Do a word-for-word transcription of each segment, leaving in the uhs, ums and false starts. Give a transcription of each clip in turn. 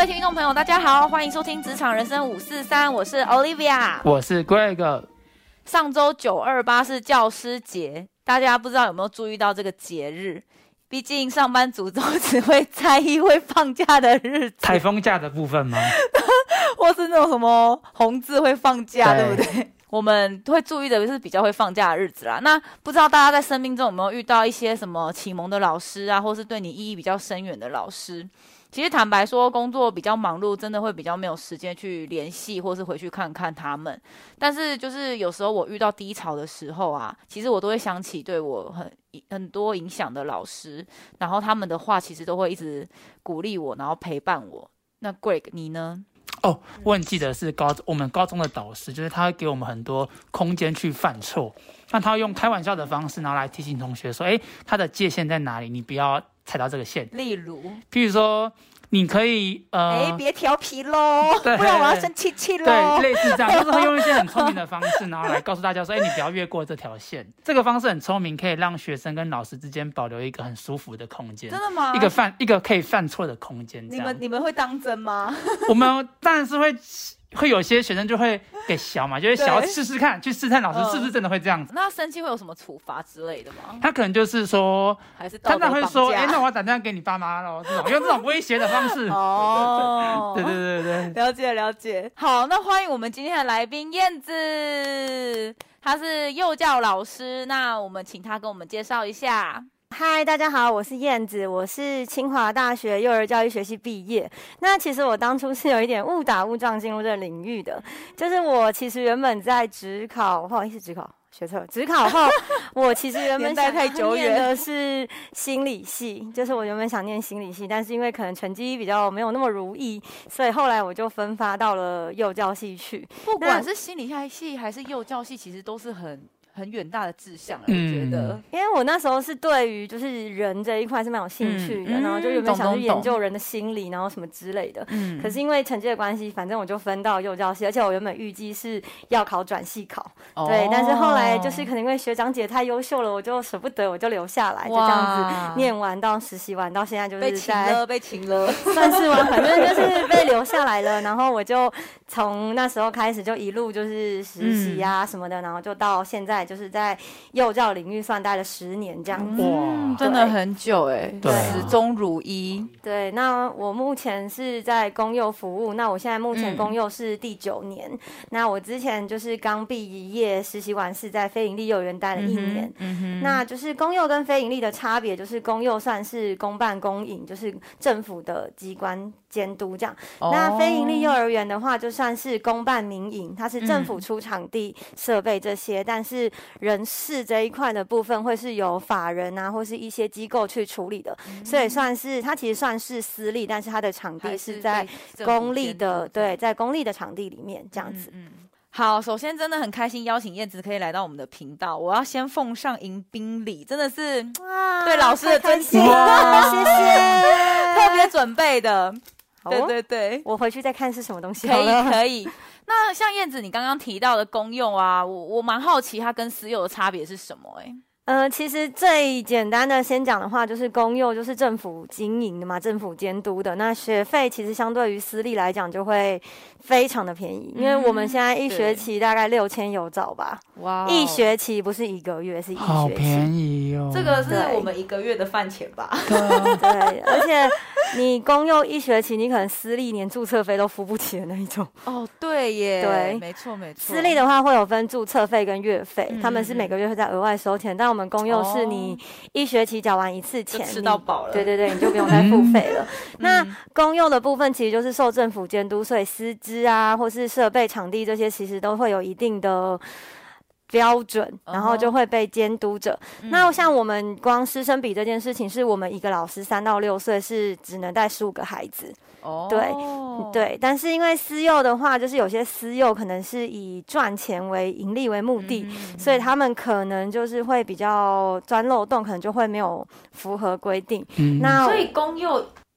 听众朋友大家好，欢迎收听职场人生五四三，我是 Olivia， 我是 Greg。 上周九二八是教师节，大家不知道有没有注意到这个节日？毕竟上班族都只会在意会放假的日子， 台风假的部分吗？ 或是那种什么红字会放假， 对, 对对不对？我们会注意的是比较会放假的日子啦。那不知道大家在生命中有没有遇到一些什么启蒙的老师啊，或是对你意义比较深远的老师？其实坦白说，工作比较忙碌，真的会比较没有时间去联系，或是回去看看他们。但是就是有时候我遇到低潮的时候啊，其实我都会想起对我很很多影响的老师，然后他们的话其实都会一直鼓励我，然后陪伴我。那 Greg 你呢？ 哦，我很记得是高我们高中的导师，就是他会给我们很多空间去犯错，那他会用开玩笑的方式，然后来提醒同学说，哎，他的界限在哪里？你不要踩到这个线。 例如， 譬如说，你可以呃， 哎，别调皮喽，不然我要生气气喽。 对，类似这样，就是会用一些很聪明的方式，然后来告诉大家说，哎，你不要越过这条线。这个方式很聪明，可以让学生跟老师之间保留一个很舒服的空间。 真的吗？ 一个犯一个可以犯错的空间。 你们你们会当真吗？ 我们当然是会。会有些学生就会给小嘛，就会想要试试看，去试探老师是不是真的会这样子。 嗯、那生气会有什么处罚之类的吗？ 他可能就是说， 还是道德绑架， 他会说，哎、欸，那我要打电话给你爸妈咯，这种用这种威胁的方式。 哦， 对对对对对，了解了解。好，那欢迎我们今天的来宾燕子，他是幼教老师，那我们请他跟我们介绍一下。 嗨，大家好，我是燕子，我是清华大学幼儿教育学系毕业。那其实我当初是有一点误打误撞进入这个领域的，就是我其实原本在指考，不好意思，指考学测，指考后，我其实原本想念的是心理系，就是我原本想念心理系，但是因为可能成绩比较没有那么如意，所以后来我就分发到了幼教系去。 不管是心理系还是幼教系，其实都是很。很远大的志向，我觉得、 嗯，因为我那时候是对于就是人这一块是蛮有兴趣的，嗯、然后就原本想去研究人的心理，然后什么之类的。嗯，可是因为成绩的关系，反正我就分到幼教系，而且我原本预计是要考转系考，哦、对，但是后来就是可能因为学长姐太优秀了，我就舍不得，我就留下来，就这样子念完到实习完到现在就是被请了，被请了， 算是吧，反正就是被留下来了。然后我就从那时候开始就一路就是实习啊什么的，嗯、然后就到现在。就是在幼教领域算待了十年这样子， 哇，真的很久哎， 对， 始终如一。 对，那我目前是在公幼服务，那我现在目前公幼是第九年。嗯、那我之前就是刚毕业实习完是在非营利幼儿园待了一年。嗯嗯、那就是公幼跟非营利的差别，就是公幼算是公办公营，就是政府的机关监督这样。哦、那非营利幼儿园的话，就算是公办民营，它是政府出场地、设备这些，嗯、但是人事这一块的部分会是由法人啊或是一些机构去处理的，嗯、所以算是它其实算是私立，但是它的场地是在公立的，对，在公立的场地里面这样子。嗯嗯， 好，首先真的很开心邀请燕子可以来到我们的频道，我要先奉上迎宾礼，真的是对老师的尊敬， 谢谢， 特别准备的。对对对， 我回去再看是什么东西。 可以可以。那像燕子你刚刚提到的公幼啊，我我蛮好奇它跟私幼的差别是什么？哎， 呃，其实最简单的先讲的话，就是公幼就是政府经营的嘛，政府监督的。那学费其实相对于私立来讲就会非常的便宜，因为我们现在一学期大概六千有找吧。哇，一学期不是一个月，是一学期。 好便宜哦！ 这个是我们一个月的饭钱吧？ 对，对，而且你公幼一学期，你可能私立连注册费都付不起的那一种。 哦，对耶， 对， 没错没错。 私立的话会有分注册费跟月费，嗯、他们是每个月会再额外收钱，但我们公幼是你一学期缴完一次钱， 就吃到饱了。 对对对，你就不用再付费了。嗯、那公幼的部分其实就是受政府监督，所以师资啊，或是设备、场地这些，其实都会有一定的标准，然后就会被监督着。Uh-huh. 那像我们光师生比这件事情，是我们一个老师三到六岁是只能带十五个孩子。哦、oh. ，对对，但是因为私幼的话，就是有些私幼可能是以赚钱为盈利为目的， mm-hmm. 所以他们可能就是会比较钻漏洞，可能就会没有符合规定。Mm-hmm. 那所以公幼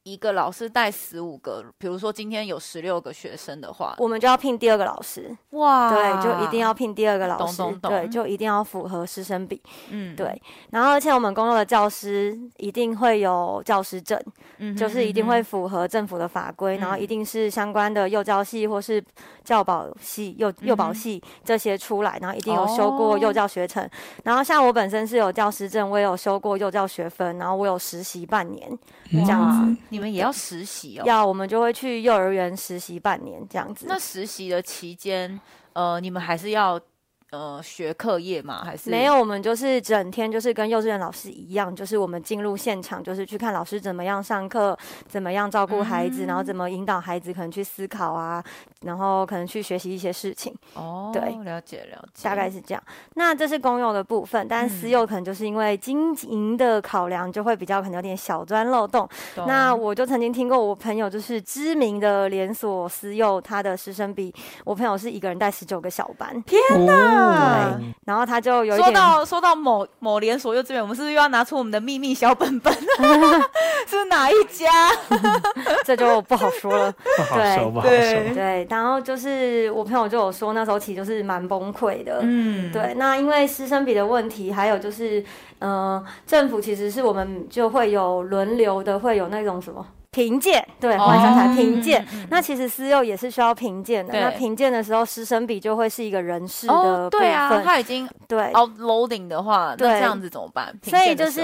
一个老师带十五个，比如说今天有十六个学生的话， 我们就要聘第二个老师。 哇， 对，就一定要聘第二个老师， 懂懂懂对，就一定要符合师生比。 嗯， 对。然后而且我们公幼的教师一定会有教师证， 嗯哼， 就是一定会符合政府的法规， 嗯然后一定是相关的幼教系或是教保系、幼幼保系这些出来，然后一定有修过幼教学程。哦、然后像我本身是有教师证，我也有修过幼教学分，然后我有实习半年这样子。 你们也要实习哦？ 要，我们就会去幼儿园实习半年这样子。 那实习的期间，呃，你们还是要呃学课业吗？还是没有？我们就是整天就是跟幼稚园老师一样，就是我们进入现场，就是去看老师怎么样上课，怎么样照顾孩子，嗯、然后怎么引导孩子可能去思考啊，然后可能去学习一些事情。 哦， 对， 了解了解， 大概是这样。那这是公幼的部分，但私幼可能就是因为经营的考量，就会比较可能有点小钻漏洞。那我就曾经听过我朋友就是知名的连锁私幼，他的师生比我朋友是一个人带十九个小班。 天哪！ 对，然后他就有一点说到说到某某连锁幼稚园，我们是不是又要拿出我们的秘密小本本？是哪一家？ 这就不好说了。 不好说，不好说。 对，然后就是我朋友就有说，那时候其实就是蛮崩溃的。 嗯， 对。那因为师生比的问题，还有就是，呃，政府其实是我们就会有轮流的，会有那种什么。评鉴，对，忽然想起来评鉴。那其实私幼也是需要评鉴的。那评鉴的时候，师生比就会是一个人事的部分。 哦、对啊，他已经对 outloading 的话，那这样子怎么办？ 所以就是。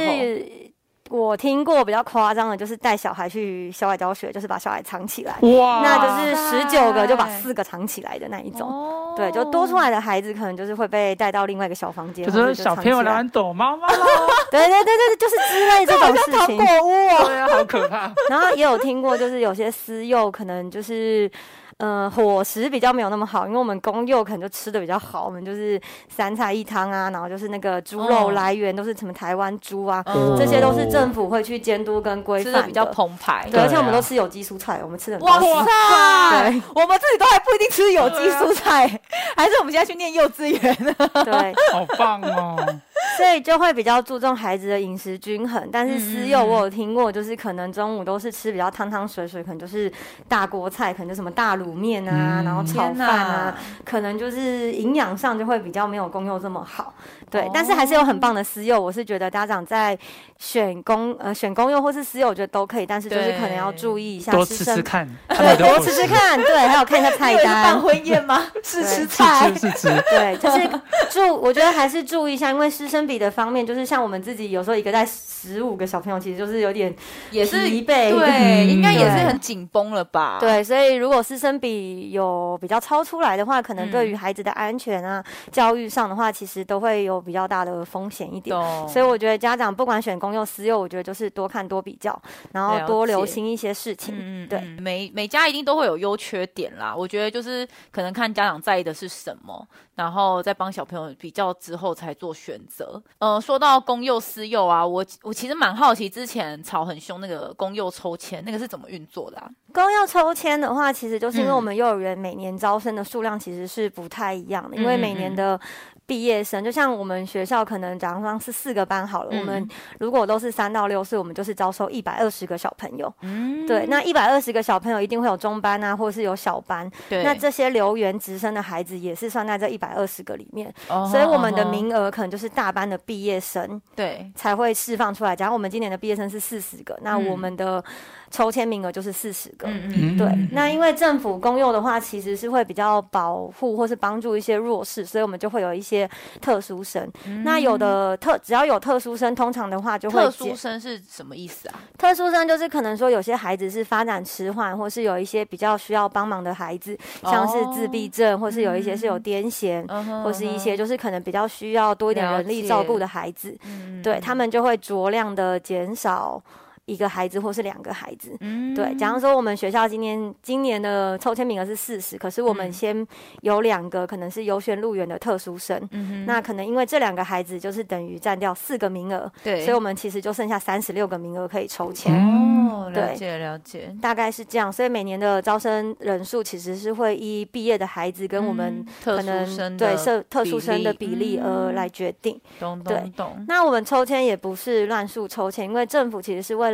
我听过比较夸张的，就是带小孩去校外教学，就是把小孩藏起来，哇，那就是十九个就把四个藏起来的那一种，哦、对，就多出来的孩子可能就是会被带到另外一个小房间， 就是小朋友来玩躲妈妈咯。 对对对对，就是之类这种事情。 糖果屋哦， 对啊，好可怕。 然后也有听过，就是有些私幼可能就是。呃，伙食比较没有那么好，因为我们公幼可能就吃的比较好，我们就是三菜一汤啊，然后就是那个猪肉来源都是什么台湾猪啊，哦、这些都是政府会去监督跟规范的， 吃的比较澎湃。 对，而且我们都吃有机蔬菜，我们吃的哇塞，对，我们自己都还不一定吃有机蔬菜，还是我们现在去念幼稚园呢？ 对， 好棒哦。 所以就会比较注重孩子的饮食均衡，但是私幼我有听过，就是可能中午都是吃比较汤汤水水，可能就是大锅菜，可能就什么大卤面啊，嗯、然后炒饭啊，可能就是营养上就会比较没有公幼这么好。对，哦、但是还是有很棒的私幼，我是觉得家长在选公呃选公幼或是私幼，我觉得都可以，但是就是可能要注意一下， 多吃吃看， 对，多吃吃看，对，还有看一下菜单。 办婚宴吗？试吃菜， 试吃， 对，就是注，我觉得还是注意一下，因为师生比的方面，就是像我们自己有时候一个带十五个小朋友，其实就是有点也是疲惫， 对，嗯、应该也是很紧绷了吧？ 对，所以如果师生比有比较超出来的话，可能对于孩子的安全啊、嗯、教育上的话，其实都会有比较大的风险一点。所以我觉得家长不管选公幼私幼，我觉得就是多看多比较，然后多留心一些事情。嗯、对， 嗯、每每家一定都会有优缺点啦。我觉得就是可能看家长在意的是什么，然后再帮小朋友比较之后才做选择。呃，说到公幼私幼啊，我我其实蛮好奇，之前吵很凶那个公幼抽签，那个是怎么运作的啊？ 公幼抽签的话，其实就是因为我们幼儿园每年招生的数量其实是不太一样的，嗯、因为每年的毕业生，就像我们学校可能假如说是四个班好了，嗯、我们如果都是三到六岁，我们就是招收一百二十个小朋友。嗯，对，那一百二十个小朋友一定会有中班啊，或是有小班。对，那这些留园直升的孩子也是算在这一百二十个里面，哦、所以我们的名额可能就是大班的毕业生对才会释放出来。假如我们今年的毕业生是四十个，那我们的抽签名额就是四十个。嗯嗯，对。那因为政府公幼的话，其实是会比较保护或是帮助一些弱势，所以我们就会有一些特殊生。嗯、那有的特只要有特殊生，通常的话就会特殊生是什么意思啊？ 特殊生就是可能说有些孩子是发展迟缓，或是有一些比较需要帮忙的孩子，哦、像是自闭症，或是有一些是有癫痫，嗯、或是一些就是可能比较需要多一点人力照顾的孩子，嗯、对他们就会酌量的减少。一个孩子或是两个孩子，嗯，对。假如说我们学校今年今年的抽签名额是四十，可是我们先有两个可能是优先入园的特殊生，嗯，那可能因为这两个孩子就是等于占掉四个名额，对，所以我们其实就剩下三十六个名额可以抽签。 哦，了解了解， 大概是这样。所以每年的招生人数其实是会依毕业的孩子跟我们可能、嗯、对设特殊生的比例而来决定。 懂懂懂。 那我们抽签也不是乱数抽签，因为政府其实是为了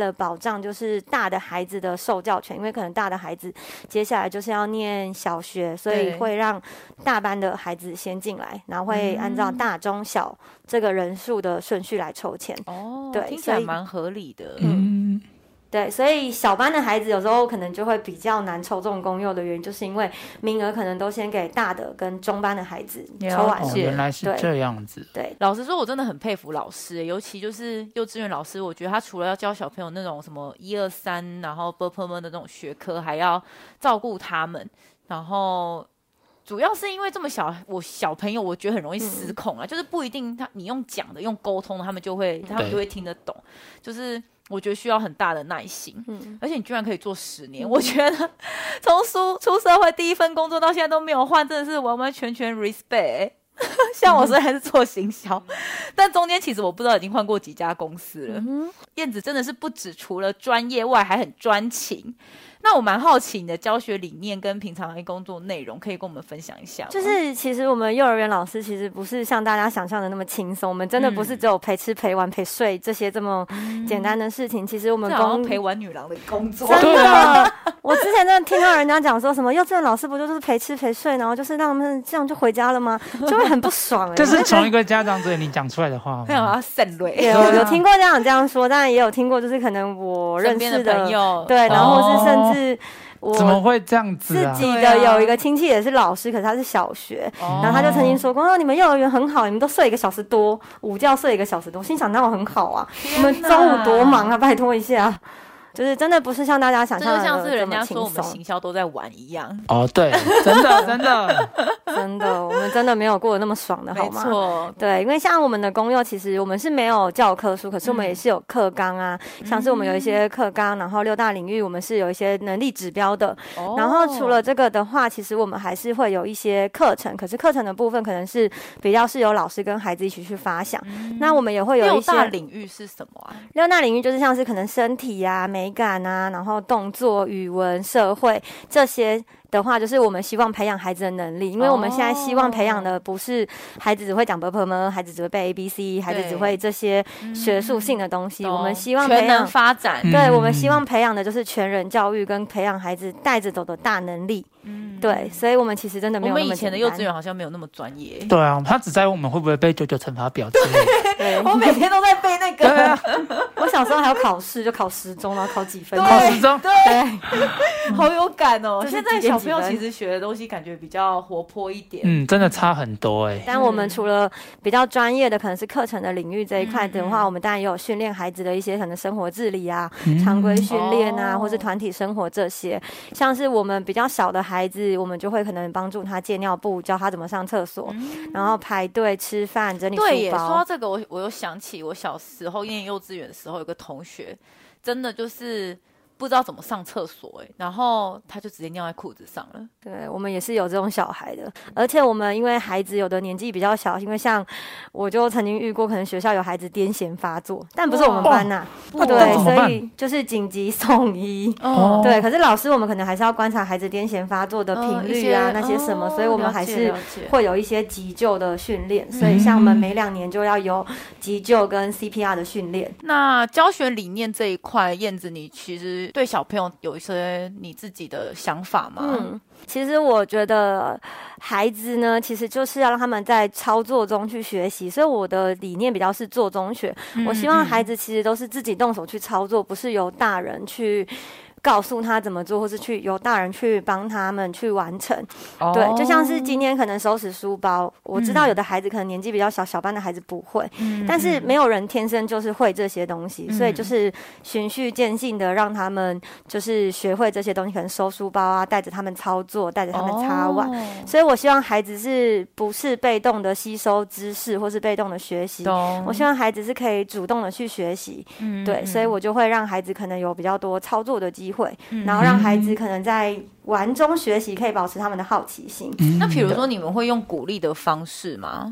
了保障就是大的孩子的受教权，因为可能大的孩子接下来就是要念小学，所以会让大班的孩子先进来，然后会按照大中小这个人数的顺序来抽签。 哦， 对， 听起来蛮合理的。 嗯。 对，所以小班的孩子有时候可能就会比较难抽中公幼的原因，就是因为名额可能都先给大的跟中班的孩子抽完。 哦，原来是这样子。 对， 老实说，我真的很佩服老师，尤其就是幼稚园老师，我觉得他除了要教小朋友那种什么一二三，然后 b p m 的那种学科，还要照顾他们，然后。主要是因为这么小，我小朋友我觉得很容易失控啊，嗯、就是不一定他你用讲的、用沟通的，他们就会他们就会听得懂，就是我觉得需要很大的耐心，嗯，而且你居然可以做十年，嗯、我觉得从出出社会第一份工作到现在都没有换，真的是完完全全 respect、欸。像我虽然是做行销，嗯、但中间其实我不知道已经换过几家公司了。嗯、燕子真的是不止除了专业外，还很专情。那我蛮好奇你的教学理念跟平常的工作内容，可以跟我们分享一下吗？ 就是其实我们幼儿园老师其实不是像大家想象的那么轻松，我们真的不是只有陪吃陪玩陪睡这些这么简单的事情。嗯、其实我们工陪玩女郎的工作， 真的，我之前真的听到人家讲说什么幼稚园老师不就是陪吃陪睡，然后就是让他们这样就回家了吗？就会很不爽、欸。 这是从一个家长嘴里讲出来的话， 非常要渗泪。 有有听过家长这样说，当然也有听过，就是可能我认识 的, 的朋友， 对，然后是甚至。 怎么会这样子啊？ 自己的有一个亲戚也是老师，可是他是小学，哦、然后他就曾经说过：“哦，你们幼儿园很好，你们都睡一个小时多，午觉睡一个小时多。”心想那我很好啊，你们中午多忙啊，拜托一下。就是真的不是像大家想象的这就像是人家说我们行销都在玩一样。 哦，对，真的真的真的，我们真的没有过得那么爽的好吗？ 没错， 对，因为像我们的公幼，其实我们是没有教科书，可是我们也是有课纲啊，嗯、像是我们有一些课纲，然后六大领域我们是有一些能力指标的。哦、然后除了这个的话，其实我们还是会有一些课程，可是课程的部分可能是比较是由老师跟孩子一起去发想。嗯、那我们也会有一些六大领域是什么啊？ 六大领域就是像是可能身体啊、美感啊，然后动作、语文、社会这些的话，就是我们希望培养孩子的能力，因为我们现在希望培养的不是孩子只会讲 b p m， 孩子只会背 A B C， 孩子只会这些学术性的东西，嗯、我们希望培养全能发展。 对，我们希望培养的就是全人教育跟培养孩子带着走的大能力。嗯，对，所以我们其实真的没有那么简单。 我们以前的幼稚园好像没有那么专业。 对啊，他只在乎我们会不会背九九乘法表之类的。 对，我每天都在背那个。 对啊， 我小时候还要考试，就考时钟，然后考几分， 考时钟， 对，好有感哦。现在小朋友其实学的东西感觉比较活泼一点， 嗯，真的差很多哎、欸。 但我们除了比较专业的，可能是课程的领域这一块的话，嗯、我们当然也有训练孩子的一些可能生活自理啊、嗯、常规训练啊，哦、或是团体生活这些。像是我们比较小的孩子，我们就会可能帮助他戒尿布，教他怎么上厕所，嗯、然后排队吃饭、整理书包。 对耶，说到这个，我我又想起我小时候念幼稚园的时候，有个同学真的就是不知道怎么上厕所，哎，然后他就直接尿在裤子上了。 对，我们也是有这种小孩的，而且我们因为孩子有的年纪比较小，因为像我就曾经遇过，可能学校有孩子癫痫发作，但不是我们班呐、啊， 哦、 对，所以就是紧急送医。哦，对，可是老师我们可能还是要观察孩子癫痫发作的频率啊，哦、那些什么，所以我们还是会有一些急救的训练。所以像我们每两年就要有急救跟 C P R 的训练。 那教学理念这一块，燕子你其实对小朋友有一些你自己的想法吗？ 嗯，其实我觉得孩子呢，其实就是要让他们在操作中去学习，所以我的理念比较是做中学。嗯、我希望孩子其实都是自己动手去操作，不是由大人去告诉他怎么做，或是去由大人去帮他们去完成。哦、对，就像是今天可能收拾书包，我知道有的孩子可能年纪比较小，小班的孩子不会，嗯、但是没有人天生就是会这些东西，嗯、所以就是循序渐进的让他们就是学会这些东西，可能收书包啊，带着他们操作，带着他们擦碗。哦、所以我希望孩子是不是被动的吸收知识，或是被动的学习？我希望孩子是可以主动的去学习。嗯、对，所以我就会让孩子可能有比较多操作的机会。会，然后让孩子可能在玩中学习，可以保持他们的好奇心。 嗯、那比如说，你们会用鼓励的方式吗？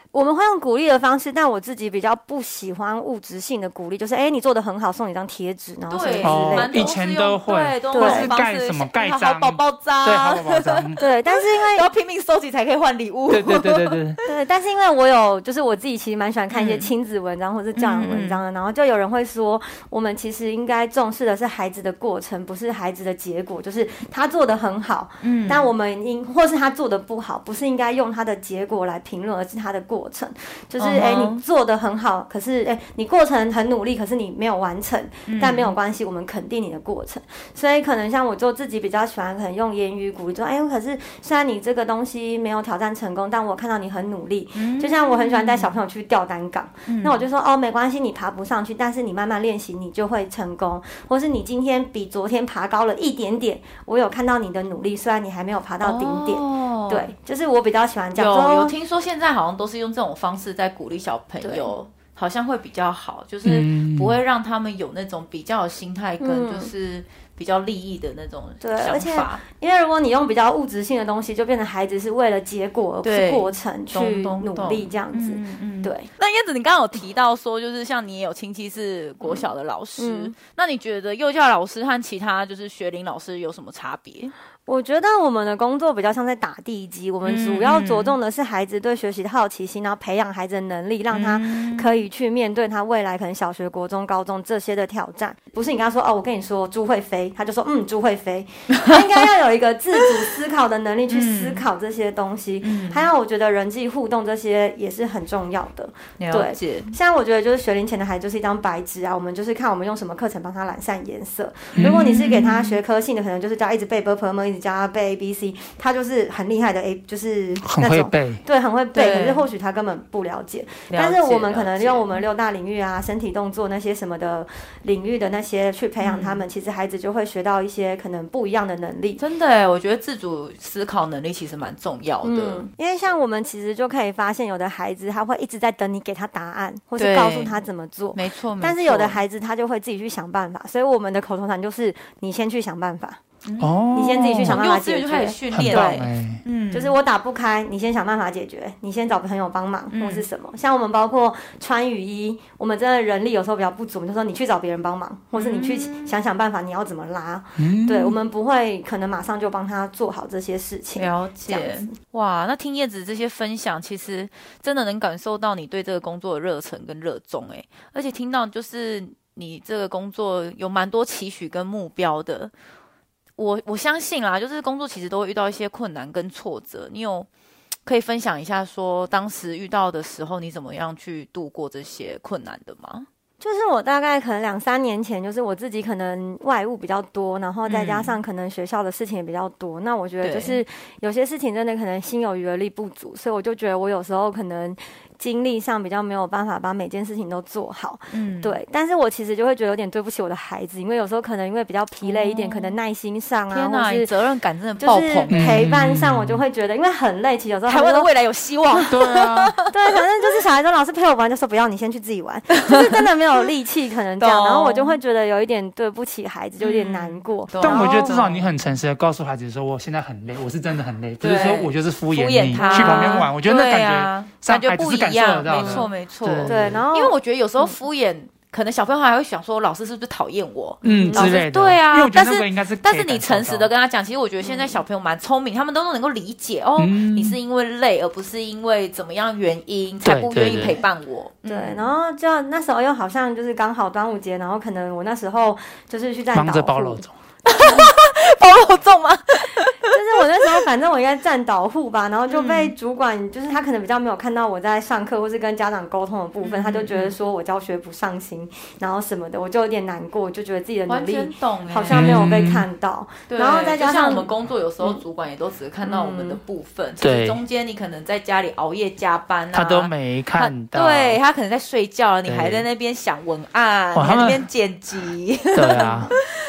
我们会用鼓励的方式，但我自己比较不喜欢物质性的鼓励，就是哎，你做的很好，送你一张贴纸，然后什么之类的。 哦，以前都会， 对， 对或是盖什么盖章、 好宝宝章， 对，好宝宝章， 对，但是因为要拼命收集才可以换礼物。 对对对对对对，但是因为我有，就是我自己其实蛮喜欢看一些亲子文章或是教养文章的，嗯、然后就有人会说，我们其实应该重视的是孩子的过程，不是孩子的结果，就是他做的很好，嗯，但我们应或是他做的不好，不是应该用他的结果来评论，而是他的过程，就是哎、uh-huh. 你做的很好，可是哎你过程很努力，可是你没有完成，嗯、但没有关系，我们肯定你的过程。所以可能像我就自己比较喜欢，可能用言语鼓励说，哎，可是虽然你这个东西没有挑战成功，但我看到你很努力。嗯、就像我很喜欢带小朋友去吊单杠，嗯、那我就说哦，没关系，你爬不上去，但是你慢慢练习，你就会成功。或是你今天比昨天爬高了一点点，我有看到你的努力，虽然你还没有爬到顶点。哦、对，就是我比较喜欢这样。 有有听说现在好像都是用这种方式在鼓励小朋友。好像会比较好，就是不会让他们有那种比较有心态跟就是比较利益的那种想法。对，而且因为如果你用比较物质性的东西，就变成孩子是为了结果而不是过程去努力这样子。嗯嗯、对。 那燕子，你刚刚有提到说，就是像你也有亲戚是国小的老师，嗯、那你觉得幼教老师和其他就是学龄老师有什么差别？ 我觉得我们的工作比较像在打地基，我们主要着重的是孩子对学习的好奇心，然后培养孩子的能力，让他可以去面对他未来可能小学、国中、高中这些的挑战。不是你跟他说哦，我跟你说猪会飞，他就说嗯，猪会飞。他应该要有一个自主思考的能力去思考这些东西。嗯、还有，我觉得人际互动这些也是很重要的。 了解。 对，像我觉得就是学龄前的孩子就是一张白纸啊，我们就是看我们用什么课程帮他染上颜色。如果你是给他学科性的，可能就是教一直背 b p m 一直教他背 A B C， 他就是很厉害的 A， 就是很会背， 对，很会背。可是或许他根本不了解，了解但是我们可能用我们六大领域啊、身体动作那些什么的领域的那些去培养他们，嗯、其实孩子就会学到一些可能不一样的能力。 真的耶，我觉得自主思考能力其实蛮重要的。嗯、 因为像我们其实就可以发现，有的孩子他会一直在等你给他答案，或是告诉他怎么做。 没错， 但是有的孩子他就会自己去想办法，所以我们的口头禅就是你先去想办法。 哦， 你先自己去想办法解决， 就开始训练， 对， 嗯，就是我打不开，你先想办法解决，你先找朋友帮忙，嗯、或是什么。像我们包括穿雨衣，我们真的人力有时候比较不足，我们就说你去找别人帮忙，或是你去想想办法，你要怎么拉。嗯、对，我们不会可能马上就帮他做好这些事情。 了解，哇，那听叶子这些分享，其实真的能感受到你对这个工作的热忱跟热衷，哎，而且听到就是你这个工作有蛮多期许跟目标的。我我相信啦，就是工作其实都会遇到一些困难跟挫折，你有可以分享一下说当时遇到的时候你怎么样去度过这些困难的吗？ 就是我大概可能两三年前，就是我自己可能外务比较多，然后再加上可能学校的事情也比较多，嗯、那我觉得就是有些事情真的可能心有余而力不足，所以我就觉得我有时候可能精力上比较没有办法把每件事情都做好，嗯，对。但是我其实就会觉得有点对不起我的孩子，因为有时候可能因为比较疲累一点，哦、可能耐心上啊， 天哪， 或是责任感真的爆棚， 就是陪伴上我就会觉得，因为很累，其实有时候台湾的未来有希望， 对啊， 对，反正就是小孩说老师陪我玩，就说不要，你先去自己玩，就是真的没有力气，可能这样，然后我就会觉得有一点对不起孩子，就有点难过。 嗯、但我觉得至少你很诚实的告诉孩子说，我现在很累，我是真的很累，不是说我就是敷衍你他去旁边玩，我觉得那感觉感觉不一样，没错。没错， 对，然后因为我觉得有时候敷衍，嗯、可能小朋友还会想说，老师是不是讨厌我？ 嗯，之类的。 对啊， 但是但是你诚实的跟他讲，其实我觉得现在小朋友蛮聪明，嗯、他们都能够理解哦，嗯、你是因为累，而不是因为怎么样原因才不愿意陪伴我。 对，对，然后就那时候又好像就是刚好端午节，然后可能我那时候就是去站导护， 忙着包肉粽。 包肉粽吗？ 就是我那时候，反正我应该站导护吧，然后就被主管，就是他可能比较没有看到我在上课或是跟家长沟通的部分，嗯、他就觉得说我教学不上心，然后什么的，我就有点难过，就觉得自己的能力好像没有被看到。 嗯、 然后再加上就像我们工作有时候主管也都只是看到我们的部分，嗯、其实中间你可能在家里熬夜加班啊， 他都没看到。 对，他可能在睡觉了，你还在那边想文案，你还在那边剪辑。 对啊。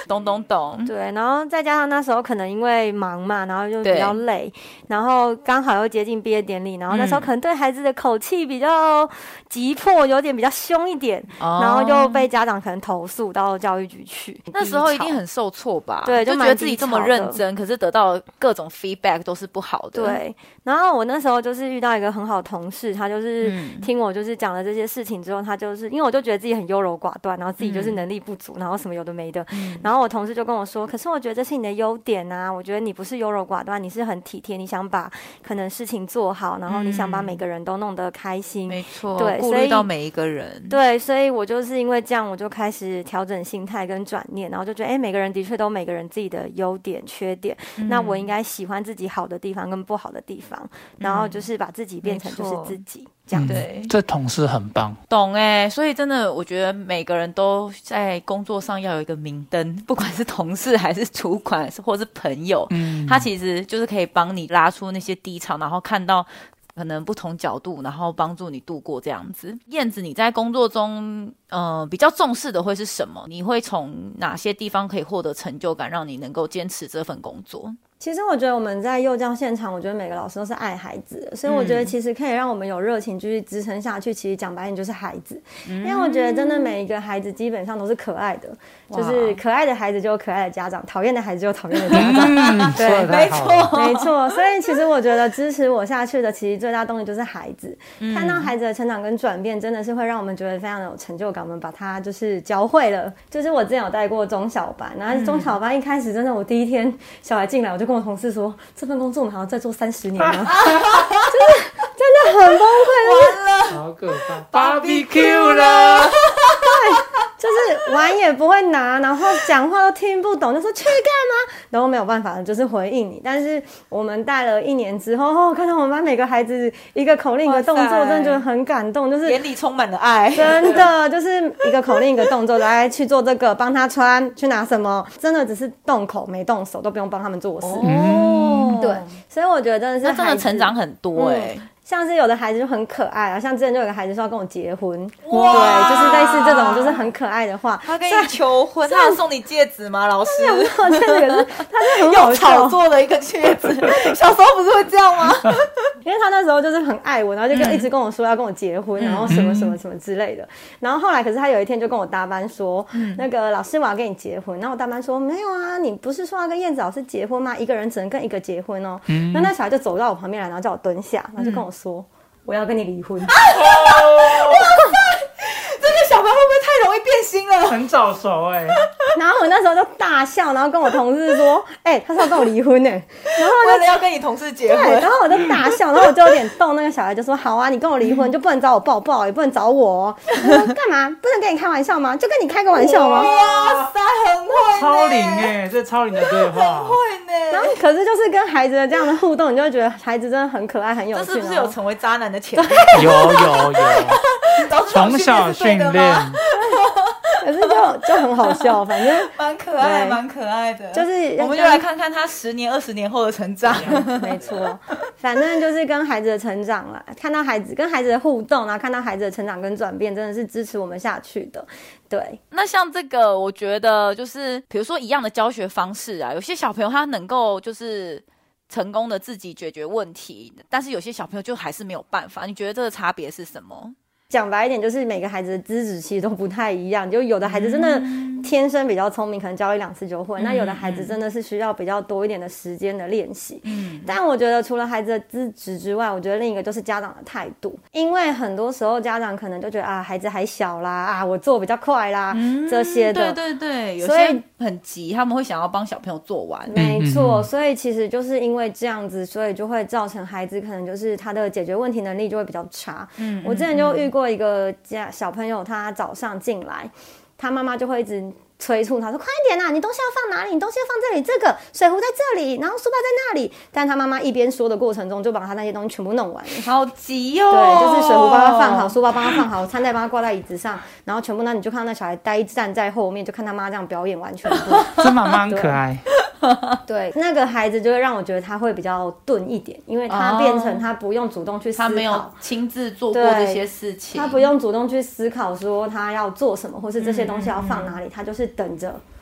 懂懂懂。 对，然后再加上那时候可能因为忙嘛，然后就比较累，然后刚好又接近毕业典礼，然后那时候可能对孩子的口气比较急迫，有点比较凶一点，哦、然后就被家长可能投诉到教育局去。 那时候一定很受挫吧？ 对， 就觉得自己这么认真，可是得到各种 feedback 都是不好的。 对，然后我那时候就是遇到一个很好的同事，他就是听我就是讲了这些事情之后，他就是因为我就觉得自己很优柔寡断，然后自己就是能力不足，然后什么有的没的，嗯、然后我同事就跟我说，可是我觉得这是你的优点啊，我觉得你不是优柔寡断，你是很体贴，你想把可能事情做好，然后你想把每个人都弄得开心， 没错， 对， 顾虑到每一个人， 对，所以我就是因为这样，我就开始调整心态跟转念，然后就觉得，哎，每个人的确都有每个人自己的优点、缺点，嗯、那我应该喜欢自己好的地方跟不好的地方，嗯、然后就是把自己变成就是自己。这样对、 嗯，这同事很棒， 懂哎、欸，所以真的，我觉得每个人都在工作上要有一个明灯，不管是同事还是主管，或是朋友，嗯，他其实就是可以帮你拉出那些低潮，然后看到可能不同角度，然后帮助你度过这样子。燕子，你在工作中，呃，比较重视的会是什么？你会从哪些地方可以获得成就感，让你能够坚持这份工作？ 其实我觉得我们在幼教现场，我觉得每个老师都是爱孩子的，所以我觉得其实可以让我们有热情继续支撑下去。其实讲白点就是孩子，嗯、因为我觉得真的每一个孩子基本上都是可爱的，就是可爱的孩子就有可爱的家长，讨厌的孩子就有讨厌的家长。 嗯、对， 没错， 没错。所以其实我觉得支持我下去的，其实最大动力就是孩子。嗯、看到孩子的成长跟转变，真的是会让我们觉得非常有成就感。我们把他就是教会了。就是我之前有带过中小班，然后中小班一开始真的，我第一天小孩进来，我就跟我同事说，这份工作我们还要再做三十年吗？就是真的很崩溃， 完了， 好可怕 ，barbecue 了。 对，就是碗也不会拿，然后讲话都听不懂，就说去干嘛，然后没有办法就是回应你。但是我们带了一年之后，哦，看到我们班每个孩子一个口令一个动作，真的觉得很感动，就是眼里充满了爱， 真的就是一个口令一个动作，来去做这个，帮他穿，去拿什么，真的只是动口没动手，都不用帮他们做事。哦，对，所以我觉得真的是那真的成长很多哎、欸。 嗯，像是有的孩子就很可爱啊，像之前就有个孩子说要跟我结婚，对，就是类似这种就是很可爱的话。 他跟你求婚，他有送你戒指吗？老师？ 没有，这个是他是很有炒作的一个戒指。小时候不是会这样吗？ 因为他那时候就是很爱我，然后就跟、嗯、一直跟我说要跟我结婚，然后什么什么什么之类的。然后后来，可是他有一天就跟我搭班说，嗯、那个老师我要跟你结婚。然后我搭班说没有啊，你不是说要跟燕子老师结婚吗？一个人只能跟一个结婚哦。嗯、那那小孩就走到我旁边来，然后叫我蹲下，然后就跟我说。嗯，我要跟你离婚。哇塞，这个小朋友会不会太容易变心了？ 很早熟哎、欸。 然后我那时候就大笑，然后跟我同事说：“哎、欸，他说要跟我离婚哎、欸。”然后为了要跟你同事结婚， 对，然后我就大笑，然后我就有点逗那个小孩，就说：“好啊，你跟我离婚就不能找我抱抱，也不能找我、哦。”他说：“干嘛？不能跟你开玩笑吗？就跟你开个玩笑吗？” 哇塞，很会， 超龄哎，这超龄的对话， 很会呢。 然后可是就是跟孩子的这样的互动，你就会觉得孩子真的很可爱，很有趣。 这是不是有成为渣男的潜力？ 有有有，从小训练。 可是就就很好笑，反正蛮可爱，蛮可爱的。 就是我们就来看看他十年、二十年后的成长。 没错，反正就是跟孩子的成长啦，看到孩子跟孩子的互动，然后看到孩子的成长跟转变，真的是支持我们下去的。对， 那像这个，我觉得就是比如说一样的教学方式啊，有些小朋友他能够就是成功的自己解决问题，但是有些小朋友就还是没有办法。你觉得这个差别是什么？ 讲白一点，就是每个孩子的资质其实都不太一样，就有的孩子真的天生比较聪明，可能教一两次就会、嗯、那有的孩子真的是需要比较多一点的时间的练习、嗯、但我觉得除了孩子的资质之外，我觉得另一个就是家长的态度，因为很多时候家长可能就觉得啊，孩子还小啦，啊我做比较快啦、嗯、这些的， 对对对，有些很急，他们会想要帮小朋友做完， 没错，所以其实就是因为这样子，所以就会造成孩子可能就是他的解决问题能力就会比较差。嗯，我之前就遇过一个家小朋友，他早上进来，他妈妈就会一直催促他说：“快一点啊，你东西要放哪里？你东西要放这里，这个水壶在这里，然后书包在那里。”但他妈妈一边说的过程中，就把他那些东西全部弄完了。 好急哦！ 对，就是水壶帮他放好，书包帮他放好，餐袋帮他挂在椅子上，然后全部那你就看到那小孩呆站在后面，就看他妈这样表演完全部。 这妈妈很可爱。 对，那个孩子就会让我觉得他会比较钝一点，因为他变成他不用主动去思考， 他没有亲自做过这些事情， 他不用主动去思考说他要做什么，或是这些东西要放哪里，嗯、他就是等着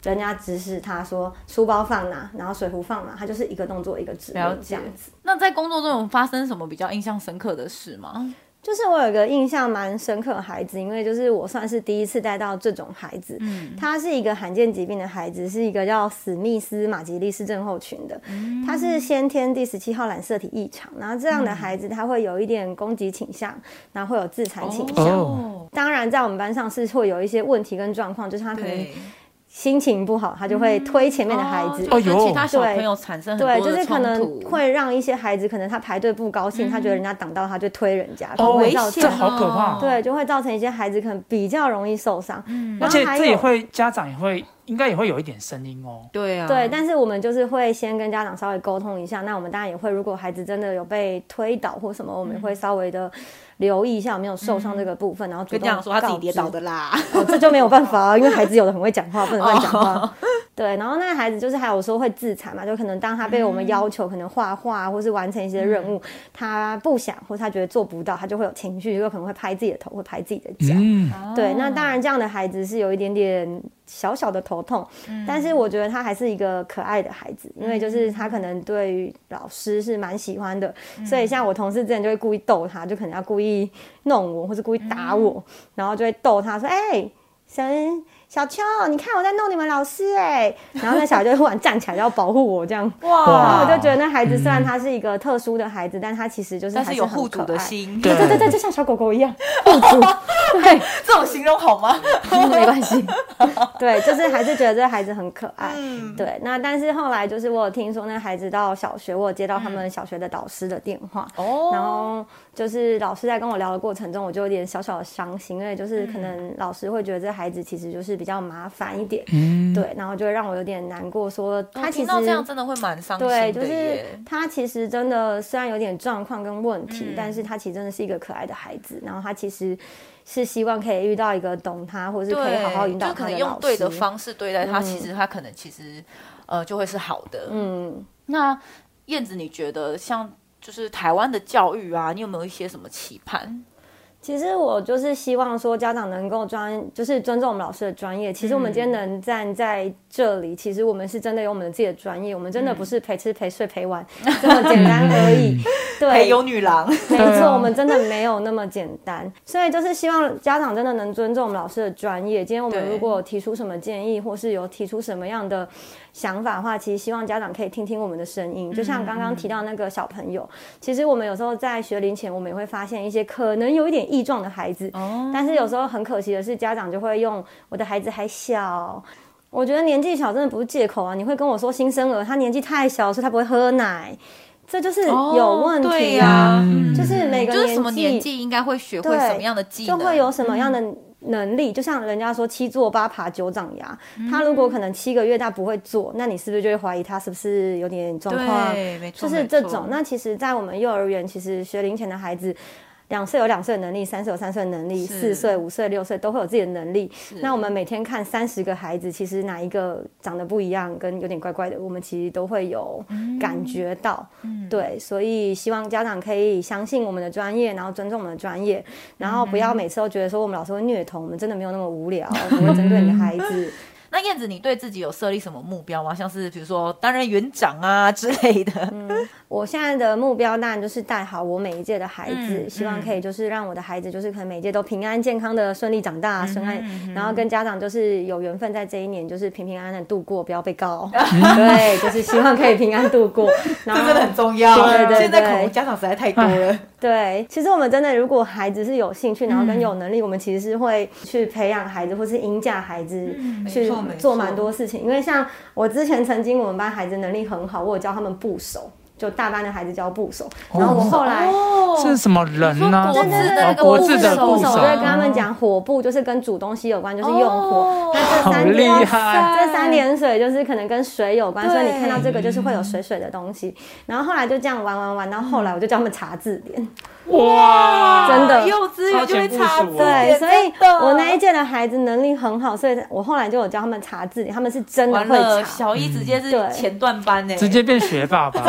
人家指使他说书包放哪，然后水壶放哪，他就是一个动作一个指令这样子。 那在工作中有发生什么比较印象深刻的事吗？ 就是我有一个印象蛮深刻的孩子，因为就是我算是第一次带到这种孩子，嗯，他是一个罕见疾病的孩子，是一个叫史密斯马吉利氏症候群的，嗯，他是先天第十七号染色体异常，然后这样的孩子他会有一点攻击倾向，然后会有自残倾向，哦，当然在我们班上是会有一些问题跟状况，就是他可能心情不好，他就会推前面的孩子， 哦，跟其他小朋友产生很多的冲突， 对，就是可能会让一些孩子，可能他排队不高兴，嗯，他觉得人家挡到他就推人家， 哦，危险，这好可怕， 对，就会造成一些孩子可能比较容易受伤， 嗯，而且这也会家长也会。应该也会有一点声音哦。 对啊， 对，但是我们就是会先跟家长稍微沟通一下。那我们当然也会，如果孩子真的有被推倒或什么，我们会稍微的留意一下有没有受伤这个部分，嗯，然后主动跟家长说他自己跌倒的啦。 哦，这就没有办法啊，因为孩子有的很会讲话，不能乱讲话。哦，对，然后那个孩子就是还有时候会自残嘛，就可能当他被我们要求，嗯，可能画画或是完成一些任务，嗯，他不想或他觉得做不到，他就会有情绪，就可能会拍自己的头，会拍自己的脚。嗯，对，那当然这样的孩子是有一点点小小的头痛，嗯，但是我觉得他还是一个可爱的孩子，因为就是他可能对于老师是蛮喜欢的，嗯，所以像我同事之前就会故意逗他，就可能要故意弄我或是故意打我，嗯，然后就会逗他说，哎，欸，小小秋，你看我在弄你们老师哎，欸，然后那小孩就忽然站起来要保护我这样，哇！然后我就觉得那孩子虽然他是一个特殊的孩子，嗯，但他其实就是还是有护主的心， 对对对对，就像小狗狗一样护主。对， 这种形容好吗？ 没关系。对，就是还是觉得这孩子很可爱。嗯，对。那但是后来就是我有听说那孩子到小学，我有接到他们小学的导师的电话，哦，然后就是老师在跟我聊的过程中，我就有点小小的伤心，因为就是可能老师会觉得这孩子其实就是比较麻烦一点，嗯，对，然后就会让我有点难过，说他其实，哦，听到这样真的会蛮伤心的对， 耶。 就是他其实真的虽然有点状况跟问题，嗯，但是他其实真的是一个可爱的孩子，然后他其实是希望可以遇到一个懂他，或是可以好好引导他的老师，就可能用对的方式对待他，嗯，其实他可能其实呃就会是好的。嗯，那燕子，你觉得像就是台湾的教育啊，你有没有一些什么期盼？ 其实我就是希望说家长能够专，就是尊重我们老师的专业。其实我们今天能站在这里，嗯，其实我们是真的有我们自己的专业，我们真的不是陪吃陪睡陪玩，嗯，这么简单而已。对， 陪有女郎， 没错，我们真的没有那么简单。所以就是希望家长真的能尊重我们老师的专业。今天我们如果有提出什么建议，或是有提出什么样的想法的话，其实希望家长可以听听我们的声音。就像刚刚提到那个小朋友，其实我们有时候在学龄前，我们也会发现一些可能有一点异状的孩子，哦，但是有时候很可惜的是，家长就会用我的孩子还小。我觉得年纪小真的不是借口啊！你会跟我说新生儿他年纪太小，所以他不会喝奶，这就是有问题啊！哦，对啊，嗯，就是每个年纪， 就是什么年纪应该会学会什么样的技能， 就会有什么样的能力。嗯，就像人家说七坐八爬九长牙，嗯，他如果可能七个月他不会坐，那你是不是就会怀疑他是不是有点状况？ 对，没错， 就是这种。那其实，在我们幼儿园，其实学龄前的孩子。两岁有两岁的能力，三岁有三岁的能力，四岁、五岁、六岁都会有自己的能力。那我们每天看三十个孩子，其实哪一个长得不一样，跟有点怪怪的，我们其实都会有感觉到。嗯，对，所以希望家长可以相信我们的专业，然后尊重我们的专业，然后不要每次都觉得说我们老师会虐童，我们真的没有那么无聊，不会针对你的孩子。 那燕子，你对自己有设立什么目标吗？像是比如说担任园长啊之类的。 嗯，我现在的目标当然就是带好我每一届的孩子，嗯，希望可以就是让我的孩子就是可能每一届都平安健康的顺利长大，顺爱，嗯，然后跟家长就是有缘分在这一年就是平平安安的度过，不要被告。对，就是希望可以平安度过。 然后这真的很重要。 对对对， 现在恐龙家长实在太多了。 对，其实我们真的如果孩子是有兴趣，然后跟有能力，嗯，我们其实是会去培养孩子，或是引荐孩子，嗯，去做蛮多事情。因为像我之前曾经我们班孩子能力很好，我有教他们部首，就大班的孩子教部首，然后我后来这是什么人呢？ 对对对，国字的部首，我就会跟他们讲火部就是跟煮东西有关，就是用火。那这三点这三点水就是可能跟水有关，所以你看到这个就是会有水水的东西。然后后来就这样玩玩玩，到后来我就教他们查字典。 哇， 真的， 幼稚园就会查字典，对，所以我那一届的孩子能力很好，所以我后来就有教他们查字典，他们是真的会查。 小一直接是前段班呢， 直接变学霸吧？ 真的，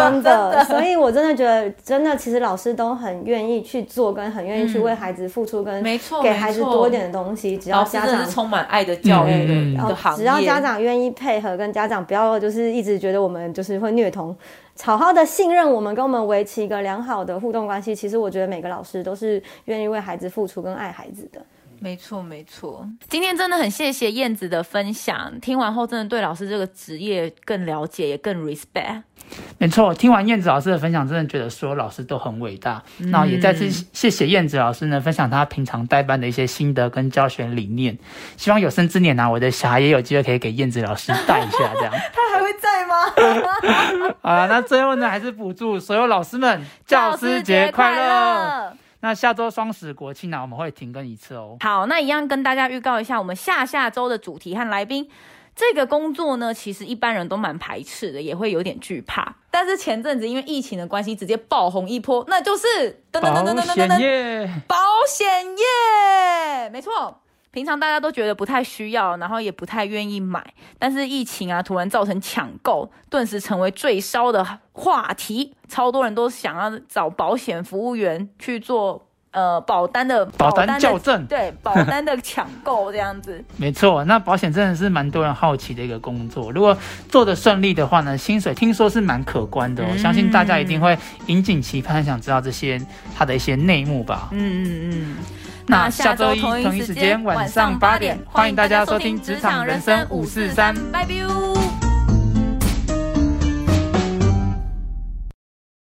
的，所以我真的觉得，真的其实老师都很愿意去做，跟很愿意去为孩子付出，跟没错， 给孩子多一点的东西。只要家长是充满爱的教育的一个行业， 只要家长愿意配合，跟家长不要就是一直觉得我们就是会虐童，好好的信任我们，跟我们维持一个良好的互动关系。其实我觉得每个老师都是愿意为孩子付出跟爱孩子的。 没错没错，今天真的很谢谢燕子的分享，听完后真的对老师这个职业更了解，也更 respect。 没错，听完燕子老师的分享，真的觉得所有老师都很伟大。嗯、那也再次谢谢燕子老师呢，分享他平常带班的一些心得跟教学理念。希望有生之年啊，我的小孩也有机会可以给燕子老师带一下，这样。 他还会在吗？ 好了，那最后呢，还是补祝所有老师们教师节快乐。那下周双十国庆呢，我们会停更一次哦。 好，那一样跟大家预告一下，我们下下周的主题和来宾。这个工作呢，其实一般人都蛮排斥的，也会有点惧怕。但是前阵子因为疫情的关系，直接爆红一波，那就是保险业。 保险业，没错。平常大家都觉得不太需要，然后也不太愿意买，但是疫情啊，突然造成抢购，顿时成为最烧的话题。超多人都想要找保险服务员去做。呃，保单的保单校正， 对，保单的抢购这样子， 没错。那保险真的是蛮多人好奇的一个工作，如果做得顺利的话呢，薪水听说是蛮可观的哦。嗯、相信大家一定会引颈期盼，想知道这些它的一些内幕吧。 嗯嗯嗯。 那下周一同一时间晚上八点，欢迎大家收听《职场人生五四三》， 拜拜。